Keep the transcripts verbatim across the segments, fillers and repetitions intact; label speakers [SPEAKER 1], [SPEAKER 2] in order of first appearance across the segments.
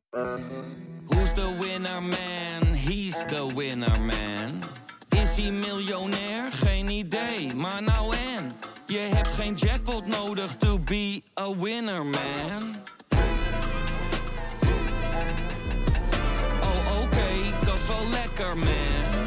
[SPEAKER 1] Who's the winner man? He's the winner man. Is hij miljonair? Geen idee, maar nou en. Je hebt geen jackpot nodig to be a winner man. Oh oké, okay, dat is wel lekker man.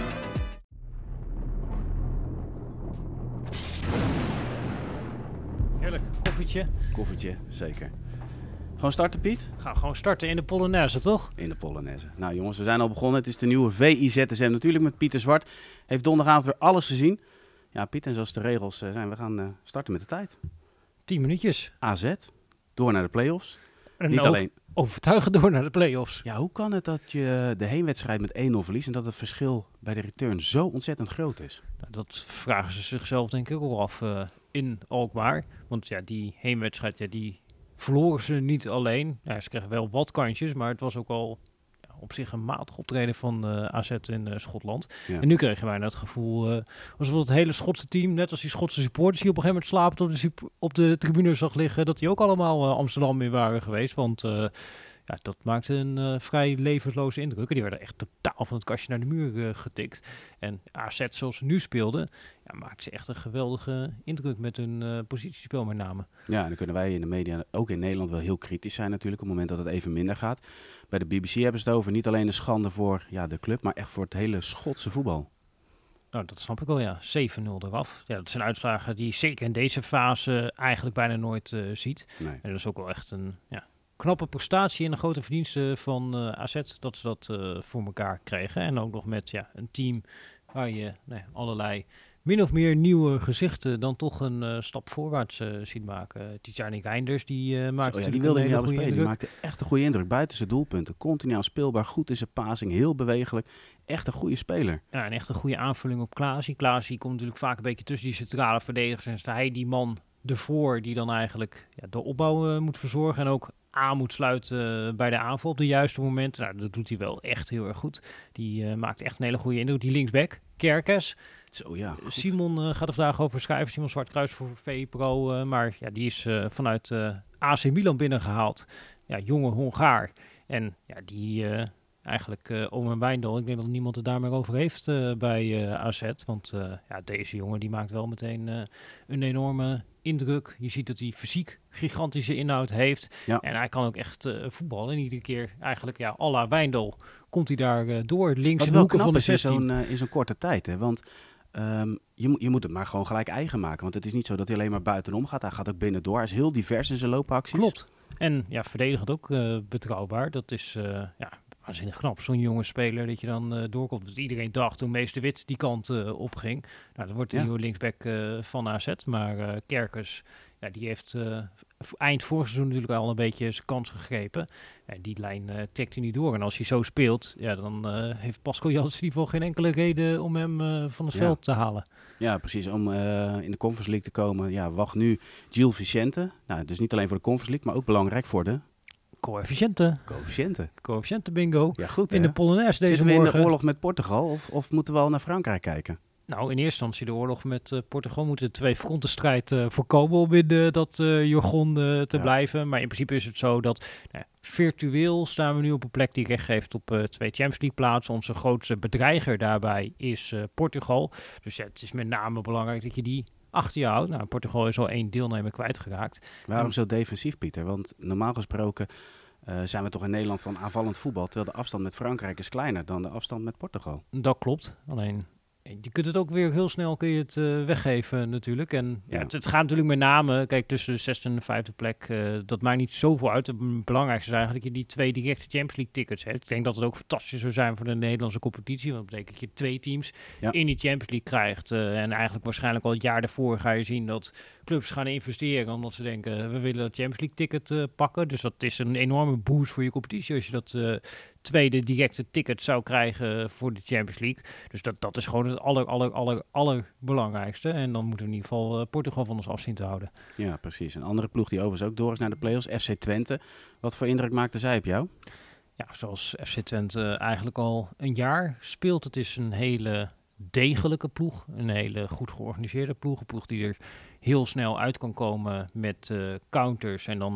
[SPEAKER 2] Heerlijk, koffietje.
[SPEAKER 3] Koffietje, zeker. Gewoon starten, Piet?
[SPEAKER 2] Gaan we gewoon starten in de Polonaise, toch?
[SPEAKER 3] In de Polonaise. Nou jongens, we zijn al begonnen. Het is de nieuwe V I Z S M natuurlijk met Pieter Zwart. Heeft donderdagavond weer alles gezien. Ja, Piet, en zoals de regels uh, zijn, we gaan uh, starten met de tijd.
[SPEAKER 2] Tien minuutjes.
[SPEAKER 3] A Z, door naar de play-offs.
[SPEAKER 2] En
[SPEAKER 3] Niet
[SPEAKER 2] over,
[SPEAKER 3] alleen...
[SPEAKER 2] overtuigen door naar de play-offs.
[SPEAKER 3] Ja, hoe kan het dat je de heenwedstrijd met één nul verliest en dat het verschil bij de return zo ontzettend groot is?
[SPEAKER 2] Nou, dat vragen ze zichzelf denk ik ook al af uh, in Alkmaar. Want ja, die heenwedstrijd, ja, die verloren ze niet alleen. Ja, ze kregen wel wat kansjes, maar het was ook al ja, op zich een matig optreden van uh, A Z in uh, Schotland.
[SPEAKER 3] Ja.
[SPEAKER 2] En nu kregen wij dat gevoel, uh, alsof het hele Schotse team, net als die Schotse supporters die op een gegeven moment slapend op de, sup- op de tribune zag liggen, dat die ook allemaal uh, Amsterdam weer waren geweest. Want uh, ja, dat maakte een uh, vrij levensloze indruk. En die werden echt totaal van het kastje naar de muur uh, getikt. En A Z, zoals ze nu speelden, ja, maakte ze echt een geweldige indruk met hun uh, positiespel met name.
[SPEAKER 3] Ja, en dan kunnen wij in de media, ook in Nederland, wel heel kritisch zijn natuurlijk op het moment dat het even minder gaat. Bij de B B C hebben ze het over niet alleen een schande voor ja, de club, maar echt voor het hele Schotse voetbal.
[SPEAKER 2] Nou, dat snap ik wel, ja. zeven nul eraf. Ja, dat zijn uitslagen die je zeker in deze fase eigenlijk bijna nooit uh, ziet.
[SPEAKER 3] Nee.
[SPEAKER 2] En dat is ook wel echt een ja, knappe prestatie en een grote verdienste van uh, A Z dat ze dat uh, voor elkaar kregen. En ook nog met ja, een team waar je nee, allerlei min of meer nieuwe gezichten dan toch een uh, stap voorwaarts uh, ziet maken. Tijani Reinders, die uh, maakte
[SPEAKER 3] Zo, ja, die
[SPEAKER 2] natuurlijk
[SPEAKER 3] wilde
[SPEAKER 2] een
[SPEAKER 3] ik
[SPEAKER 2] hele
[SPEAKER 3] niet
[SPEAKER 2] goede
[SPEAKER 3] spelen. Die
[SPEAKER 2] indruk.
[SPEAKER 3] maakte echt een goede indruk. Buiten zijn doelpunten. Continu speelbaar. Goed in zijn passing. Heel bewegelijk. Echt een goede speler.
[SPEAKER 2] Ja, en echt een goede aanvulling op Klaasie. Klaasie komt natuurlijk vaak een beetje tussen die centrale verdedigers. En is hij die man ervoor die dan eigenlijk ja, de opbouw uh, moet verzorgen. En ook aan moet sluiten uh, bij de aanval op de juiste moment. Nou, dat doet hij wel echt heel erg goed. Die uh, maakt echt een hele goede indruk. Die linksback, Kerkes.
[SPEAKER 3] Zo ja. Goed.
[SPEAKER 2] Simon uh, gaat er vandaag over schrijven. Simon Zwartkruis voor V Pro. Uh, maar ja, die is uh, vanuit uh, A C Milan binnengehaald. Ja, jonge Hongaar. En ja, die uh, eigenlijk uh, Omen Wijndal. Ik denk dat niemand het daar meer over heeft uh, bij uh, A Z. Want uh, ja, deze jongen die maakt wel meteen uh, een enorme indruk. Je ziet dat hij fysiek gigantische inhoud heeft.
[SPEAKER 3] Ja.
[SPEAKER 2] En hij kan ook echt uh, voetballen. En iedere keer eigenlijk, ja, à la Wijndal komt hij daar uh, door. Links in de hoeken van de zestien.
[SPEAKER 3] In zo'n, uh, in zo'n korte tijd, hè? Want um, je, mo- je moet het maar gewoon gelijk eigen maken. Want het is niet zo dat hij alleen maar buitenom gaat. Hij gaat ook binnendoor. Hij is heel divers in zijn loopacties.
[SPEAKER 2] Klopt. En ja, verdedigend ook uh, betrouwbaar. Dat is uh, ja, waanzinnig knap. Zo'n jonge speler dat je dan uh, doorkomt. Dat iedereen dacht toen Meester Wit die kant uh, opging. Nou, dat wordt de
[SPEAKER 3] Ja.
[SPEAKER 2] nieuwe linksback uh, van A Z. Maar uh, Kerkers, ja, die heeft uh, eind vorig seizoen natuurlijk al een beetje zijn kans gegrepen. En die lijn uh, trekt hij niet door. En als hij zo speelt, ja, dan uh, heeft Pascal Jansen in ieder geval geen enkele reden om hem uh, van het
[SPEAKER 3] Ja.
[SPEAKER 2] veld te halen.
[SPEAKER 3] Ja, precies. Om uh, in de Conference League te komen, ja, wacht nu Gil Vicente. Nou, dus niet alleen voor de Conference League, maar ook belangrijk voor de
[SPEAKER 2] Coëfficiënten.
[SPEAKER 3] coëfficiënten.
[SPEAKER 2] Coëfficiënten bingo.
[SPEAKER 3] Ja, goed
[SPEAKER 2] In
[SPEAKER 3] hè?
[SPEAKER 2] de Polonaise deze
[SPEAKER 3] Zitten we in
[SPEAKER 2] morgen.
[SPEAKER 3] de oorlog met Portugal of, of moeten we al naar Frankrijk kijken?
[SPEAKER 2] Nou, in eerste instantie de oorlog met uh, Portugal moeten de twee frontenstrijd uh, voorkomen om in uh, dat uh, jargon uh, te
[SPEAKER 3] Ja.
[SPEAKER 2] blijven. Maar in principe is het zo dat nou, virtueel staan we nu op een plek die recht geeft op uh, twee Champions League plaatsen. Onze grootste bedreiger daarbij is uh, Portugal. Dus ja, het is met name belangrijk dat je die achter je houdt. Nou, Portugal is al één deelnemer kwijtgeraakt.
[SPEAKER 3] Waarom
[SPEAKER 2] En-
[SPEAKER 3] zo defensief, Pieter? Want normaal gesproken uh, zijn we toch in Nederland van aanvallend voetbal, terwijl de afstand met Frankrijk is kleiner dan de afstand met Portugal.
[SPEAKER 2] Dat klopt. Alleen, je kunt het ook weer heel snel kun je het uh, weggeven natuurlijk. En ja,
[SPEAKER 3] Ja.
[SPEAKER 2] het, het gaat natuurlijk met name, kijk, tussen de zesde en de vijfde plek, uh, dat maakt niet zoveel uit. Het belangrijkste is eigenlijk dat je die twee directe Champions League tickets hebt. Ik denk dat het ook fantastisch zou zijn voor de Nederlandse competitie. Want dat betekent dat je twee teams
[SPEAKER 3] Ja.
[SPEAKER 2] in die Champions League krijgt. Uh, en eigenlijk waarschijnlijk al het jaar daarvoor ga je zien dat clubs gaan investeren. Omdat ze denken, we willen dat Champions League ticket uh, pakken. Dus dat is een enorme boost voor je competitie als je dat uh, tweede directe ticket zou krijgen voor de Champions League. Dus dat, dat is gewoon het aller, aller, aller, allerbelangrijkste. En dan moeten we in ieder geval uh, Portugal van ons af zien te houden.
[SPEAKER 3] Ja, precies. Een andere ploeg die overigens ook door is naar de play-offs, F C Twente. Wat voor indruk maakte zij op jou?
[SPEAKER 2] Ja, zoals F C Twente eigenlijk al een jaar speelt. Het is een hele degelijke ploeg. Een hele goed georganiseerde ploeg. Een ploeg die er heel snel uit kan komen met uh, counters. En dan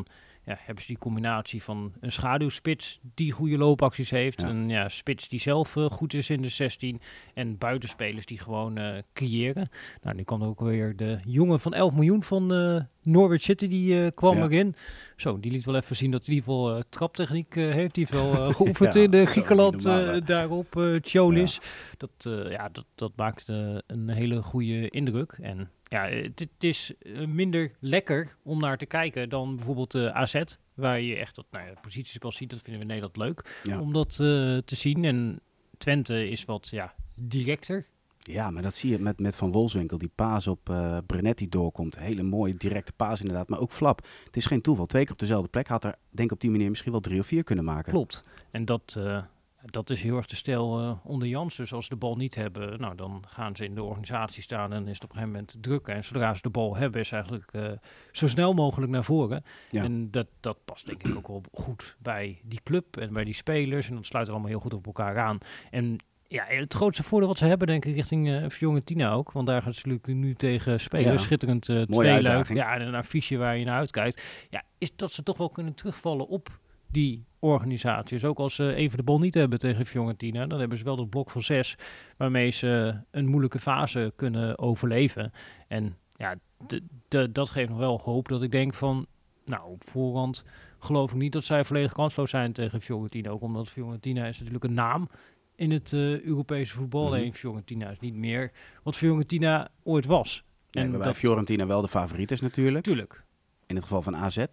[SPEAKER 2] ja, hebben ze die combinatie van een schaduwspits die goede loopacties heeft.
[SPEAKER 3] Ja.
[SPEAKER 2] Een ja, spits die zelf uh, goed is in de zestien. En buitenspelers die gewoon uh, creëren. Nou, nu kwam ook weer de jongen van elf miljoen van uh, Norwich City, die uh, kwam
[SPEAKER 3] ja.
[SPEAKER 2] erin. Zo, die liet wel even zien dat hij in ieder geval uh, traptechniek uh, heeft. Die heeft wel uh, geoefend
[SPEAKER 3] ja,
[SPEAKER 2] in uh,
[SPEAKER 3] zo,
[SPEAKER 2] Griekenland
[SPEAKER 3] normaal,
[SPEAKER 2] uh, daarop. Uh, Cholis.
[SPEAKER 3] Ja.
[SPEAKER 2] Dat, uh, ja, dat, dat maakt uh, een hele goede indruk. En ja, het, het is uh, minder lekker om naar te kijken dan bijvoorbeeld uh, A Z. Waar je echt dat nou ja, positiespel ziet. Dat vinden we in Nederland leuk
[SPEAKER 3] Ja.
[SPEAKER 2] om dat uh, te zien. En Twente is wat ja, directer.
[SPEAKER 3] Ja, maar dat zie je met, met Van Wolfswinkel. Die paas op uh, Brenetti doorkomt. Hele mooie directe paas inderdaad. Maar ook Flap. Het is geen toeval. Twee keer op dezelfde plek. Had er denk ik op die manier misschien wel drie of vier kunnen maken.
[SPEAKER 2] Klopt. En dat, uh, dat is heel erg de stijl uh, onder Jans. Dus als ze de bal niet hebben, nou, dan gaan ze in de organisatie staan en is het op een gegeven moment druk. En zodra ze de bal hebben, is eigenlijk uh, zo snel mogelijk naar voren.
[SPEAKER 3] Ja.
[SPEAKER 2] En dat, dat past denk ik ook wel goed bij die club en bij die spelers. En dat sluit allemaal heel goed op elkaar aan. En ja, het grootste voordeel wat ze hebben, denk ik, richting uh, Fiorentina ook. Want daar gaat ze natuurlijk nu tegen spelen.
[SPEAKER 3] Ja.
[SPEAKER 2] Schitterend uh, tweeluik. Ja, en een affiche waar je naar uitkijkt. Ja, is dat ze toch wel kunnen terugvallen op die organisatie. Dus ook als ze even de bal niet hebben tegen Fiorentina, dan hebben ze wel dat blok van zes, waarmee ze een moeilijke fase kunnen overleven. En ja, d- d- dat geeft nog wel hoop dat ik denk van, nou, op voorhand geloof ik niet dat zij volledig kansloos zijn tegen Fiorentina. Ook omdat Fiorentina is natuurlijk een naam in het uh, Europese voetbal.
[SPEAKER 3] Mm-hmm.
[SPEAKER 2] Alleen Fiorentina is niet meer wat Fiorentina ooit was.
[SPEAKER 3] Nee,
[SPEAKER 2] en
[SPEAKER 3] waarbij
[SPEAKER 2] dat
[SPEAKER 3] Fiorentina wel de favoriet is natuurlijk.
[SPEAKER 2] Tuurlijk.
[SPEAKER 3] In het geval van A Z,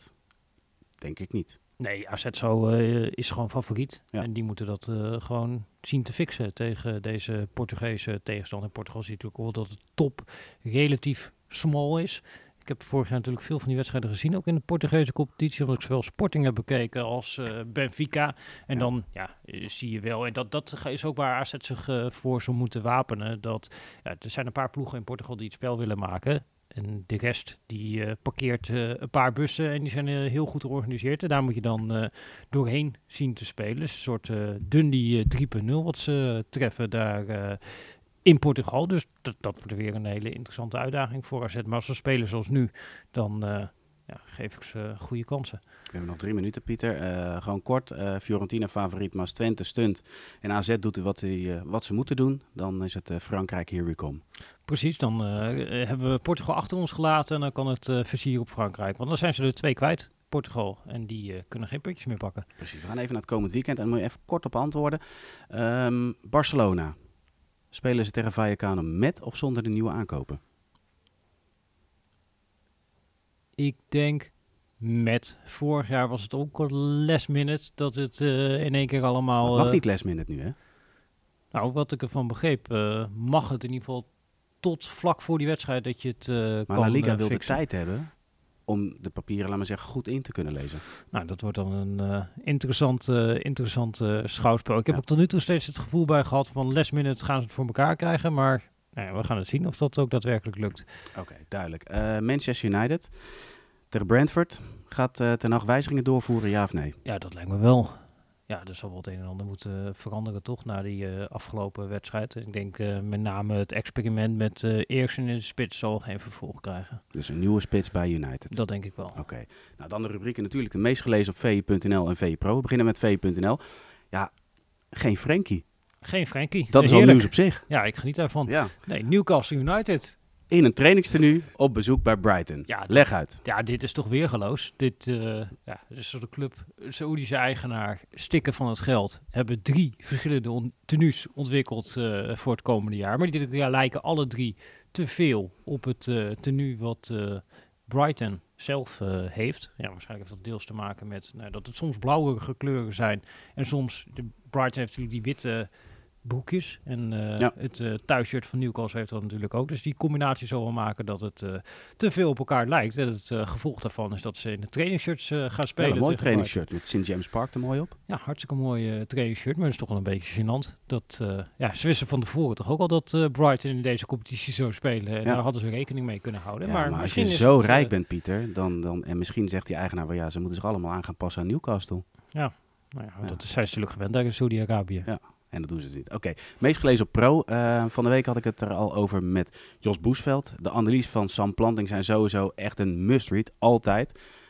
[SPEAKER 3] denk ik niet.
[SPEAKER 2] Nee, A Z zo, uh, is gewoon favoriet.
[SPEAKER 3] Ja.
[SPEAKER 2] En die moeten dat uh, gewoon zien te fixen tegen deze Portugese tegenstander. In Portugal zie je natuurlijk wel dat de top relatief smal is. Ik heb vorig jaar natuurlijk veel van die wedstrijden gezien, ook in de Portugese competitie, omdat ik zowel Sporting heb bekeken als uh, Benfica. En ja. dan ja, zie je wel, en dat, dat is ook waar A Z zich uh, voor zou moeten wapenen, dat ja, er zijn een paar ploegen in Portugal die het spel willen maken. En de rest die uh, parkeert uh, een paar bussen en die zijn uh, heel goed georganiseerd. En daar moet je dan uh, doorheen zien te spelen. Dus een soort uh, Dundee uh, drie punt nul wat ze uh, treffen daar uh, in Portugal. Dus dat, dat wordt weer een hele interessante uitdaging voor A Z. Maar als ze spelen zoals nu, dan uh, ja, geef ik ze goede kansen.
[SPEAKER 3] We hebben nog drie minuten, Pieter. Uh, gewoon kort. Uh, Fiorentina favoriet, maar als Twente stunt en A Z doet wat, die, uh, wat ze moeten doen, dan is het uh, Frankrijk, here we come.
[SPEAKER 2] Precies, dan uh, hebben we Portugal achter ons gelaten en dan kan het uh, versieren op Frankrijk. Want dan zijn ze er twee kwijt, Portugal. En die uh, kunnen geen puntjes meer pakken.
[SPEAKER 3] Precies, we gaan even naar het komend weekend en dan moet je even kort op antwoorden. Um, Barcelona. Spelen ze tegen Vallecano met of zonder de nieuwe aankopen?
[SPEAKER 2] Ik denk met. Vorig jaar was het ook al last minute dat het uh, in één keer allemaal...
[SPEAKER 3] Het mag
[SPEAKER 2] uh,
[SPEAKER 3] niet last minute nu, hè?
[SPEAKER 2] Nou, wat ik ervan begreep, uh, mag het in ieder geval tot vlak voor die wedstrijd dat je het uh,
[SPEAKER 3] maar
[SPEAKER 2] kan
[SPEAKER 3] La Liga
[SPEAKER 2] uh,
[SPEAKER 3] wil de
[SPEAKER 2] fixen.
[SPEAKER 3] tijd hebben om de papieren, laat maar zeggen, goed in te kunnen lezen.
[SPEAKER 2] Nou, dat wordt dan een uh, interessant, uh, interessant uh, schouwspel. Ik heb
[SPEAKER 3] Ja.
[SPEAKER 2] er tot nu toe steeds het gevoel bij gehad van last minute gaan ze het voor elkaar krijgen, maar nou ja, we gaan het zien of dat ook daadwerkelijk lukt.
[SPEAKER 3] Oké, okay, duidelijk. Uh, Manchester United tegen Brentford. Gaat uh, Ten Hag wijzigingen doorvoeren, ja of nee?
[SPEAKER 2] Ja, dat lijkt me wel. Ja, er zal wel het een en ander moeten veranderen toch na die uh, afgelopen wedstrijd. Ik denk uh, met name het experiment met uh, Eriksen in de spits zal geen vervolg krijgen.
[SPEAKER 3] Dus een nieuwe spits bij United.
[SPEAKER 2] Dat denk ik wel.
[SPEAKER 3] Oké. Okay. Nou, dan de rubrieken natuurlijk. De meest gelezen op v i punt n l en V I Pro. We beginnen met v i punt n l. Ja, geen Frenkie.
[SPEAKER 2] Geen Frenkie.
[SPEAKER 3] Dat is
[SPEAKER 2] Heerlijk.
[SPEAKER 3] al nieuws op zich.
[SPEAKER 2] Ja, ik geniet daarvan.
[SPEAKER 3] Ja.
[SPEAKER 2] Nee, Newcastle United.
[SPEAKER 3] In een trainingstenu op bezoek bij Brighton.
[SPEAKER 2] Ja,
[SPEAKER 3] leg uit.
[SPEAKER 2] Ja, dit is toch weergeloos. Dit, uh, ja, dit is de club, Saoedische eigenaar, stikken van het geld. Hebben drie verschillende on- tenues ontwikkeld uh, voor het komende jaar. Maar die ja, lijken alle drie te veel op het uh, tenue wat uh, Brighton zelf uh, heeft. Ja, waarschijnlijk heeft dat deels te maken met nou, dat het soms blauwere kleuren zijn. En soms, de Brighton heeft natuurlijk die witte broekjes. En uh,
[SPEAKER 3] ja.
[SPEAKER 2] het uh, thuisshirt van Newcastle heeft dat natuurlijk ook. Dus die combinatie zal wel maken dat het uh, te veel op elkaar lijkt. En het uh, gevolg daarvan is dat ze in de trainingsshirts uh, gaan spelen.
[SPEAKER 3] Ja, een mooi trainingsshirt met Saint James Park er mooi op.
[SPEAKER 2] Ja, hartstikke mooi uh, trainingsshirt. Maar het is toch wel een beetje gênant. Dat, uh, ja, ze wisten van tevoren toch ook al dat uh, Brighton in deze competitie zou spelen. En ja. daar hadden ze rekening mee kunnen houden.
[SPEAKER 3] Ja,
[SPEAKER 2] maar
[SPEAKER 3] maar
[SPEAKER 2] misschien
[SPEAKER 3] als je
[SPEAKER 2] is
[SPEAKER 3] zo
[SPEAKER 2] het,
[SPEAKER 3] rijk
[SPEAKER 2] uh,
[SPEAKER 3] bent, Pieter, dan, dan, en misschien zegt die eigenaar wel ja, ze moeten zich allemaal aan gaan passen aan Newcastle.
[SPEAKER 2] Ja, nou ja,
[SPEAKER 3] ja.
[SPEAKER 2] dat zijn ze natuurlijk gewend daar in Saudi-Arabië.
[SPEAKER 3] Ja. En dat doen ze dus niet. Oké, okay. Meest gelezen op Pro. Uh, van de week had ik het er al over met Jos Boesveld. De analyse van Sam Planting zijn sowieso echt een must-read. Altijd.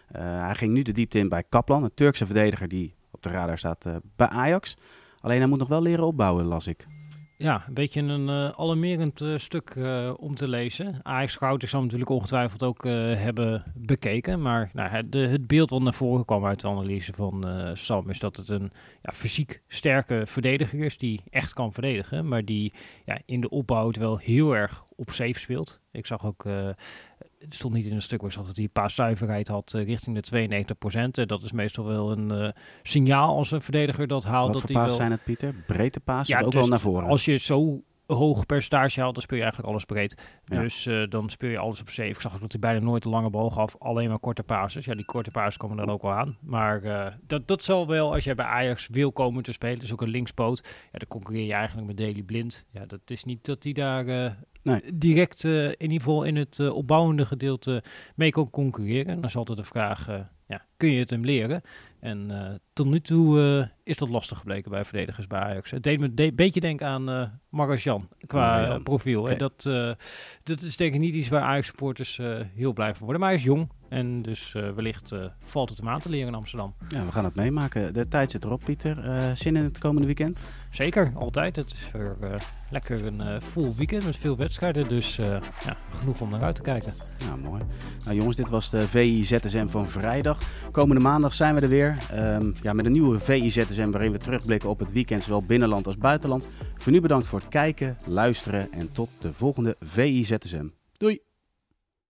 [SPEAKER 3] Uh, hij ging nu de diepte in bij Kaplan, een Turkse verdediger die op de radar staat uh, bij Ajax. Alleen hij moet nog wel leren opbouwen, las ik.
[SPEAKER 2] Ja, een beetje een uh, alarmerend uh, stuk uh, om te lezen. Ajax-scouting zal natuurlijk ongetwijfeld ook uh, hebben bekeken. Maar nou, de, het beeld wat naar voren kwam uit de analyse van uh, Sam is dat het een ja, fysiek sterke verdediger is die echt kan verdedigen. Maar die ja, in de opbouw het wel heel erg op safe speelt. Ik zag ook, uh, het stond niet in een stuk waar zat dat hij een paaszuiverheid had uh, richting de tweeënnegentig procent. Uh, dat is meestal wel een uh, signaal als een verdediger dat haalt.
[SPEAKER 3] Wat
[SPEAKER 2] dat
[SPEAKER 3] voor paas
[SPEAKER 2] wel...
[SPEAKER 3] zijn het, Pieter? Breedte paas
[SPEAKER 2] ja,
[SPEAKER 3] ook
[SPEAKER 2] dus
[SPEAKER 3] wel naar voren?
[SPEAKER 2] Als je zo hoog percentage haalt, dan speel je eigenlijk alles breed.
[SPEAKER 3] Ja.
[SPEAKER 2] Dus uh, dan speel je alles op safe. Ik zag ook dat hij bijna nooit een lange bal gaf, alleen maar korte passes. Ja, die korte passes komen dan ook wel aan. Maar uh, dat, dat zal wel, als jij bij Ajax wil komen te spelen, dus ook een linkspoot, ja, dan concurreer je eigenlijk met Daley Blind. Ja, dat is niet dat hij daar uh, nee. direct uh, in ieder geval in het uh, opbouwende gedeelte mee kan concurreren. Dan is altijd de vraag, uh, ja, kun je het hem leren? En uh, tot nu toe uh, is dat lastig gebleken bij verdedigers bij Ajax. Het deed me een de- beetje denken aan uh, Marc-Jan qua uh, profiel. Okay. Dat, uh, dat is denk ik niet iets waar Ajax-supporters uh, heel blij van worden. Maar hij is jong en dus uh, wellicht uh, valt het hem aan te leren in Amsterdam.
[SPEAKER 3] Ja, we gaan het meemaken. De tijd zit erop, Pieter. Uh, zin in het komende weekend?
[SPEAKER 2] Zeker, altijd. Het is weer uh, lekker een uh, vol weekend met veel wedstrijden. Dus uh, ja, genoeg om naar uit te kijken.
[SPEAKER 3] Nou, mooi. Nou jongens, dit was de V I Z S M van vrijdag. Komende maandag zijn we er weer. Um, ja, met een nieuwe V I Z S M waarin we terugblikken op het weekend, zowel binnenland als buitenland. Voor nu bedankt voor het kijken, luisteren en tot de volgende V I Z S M. Doei!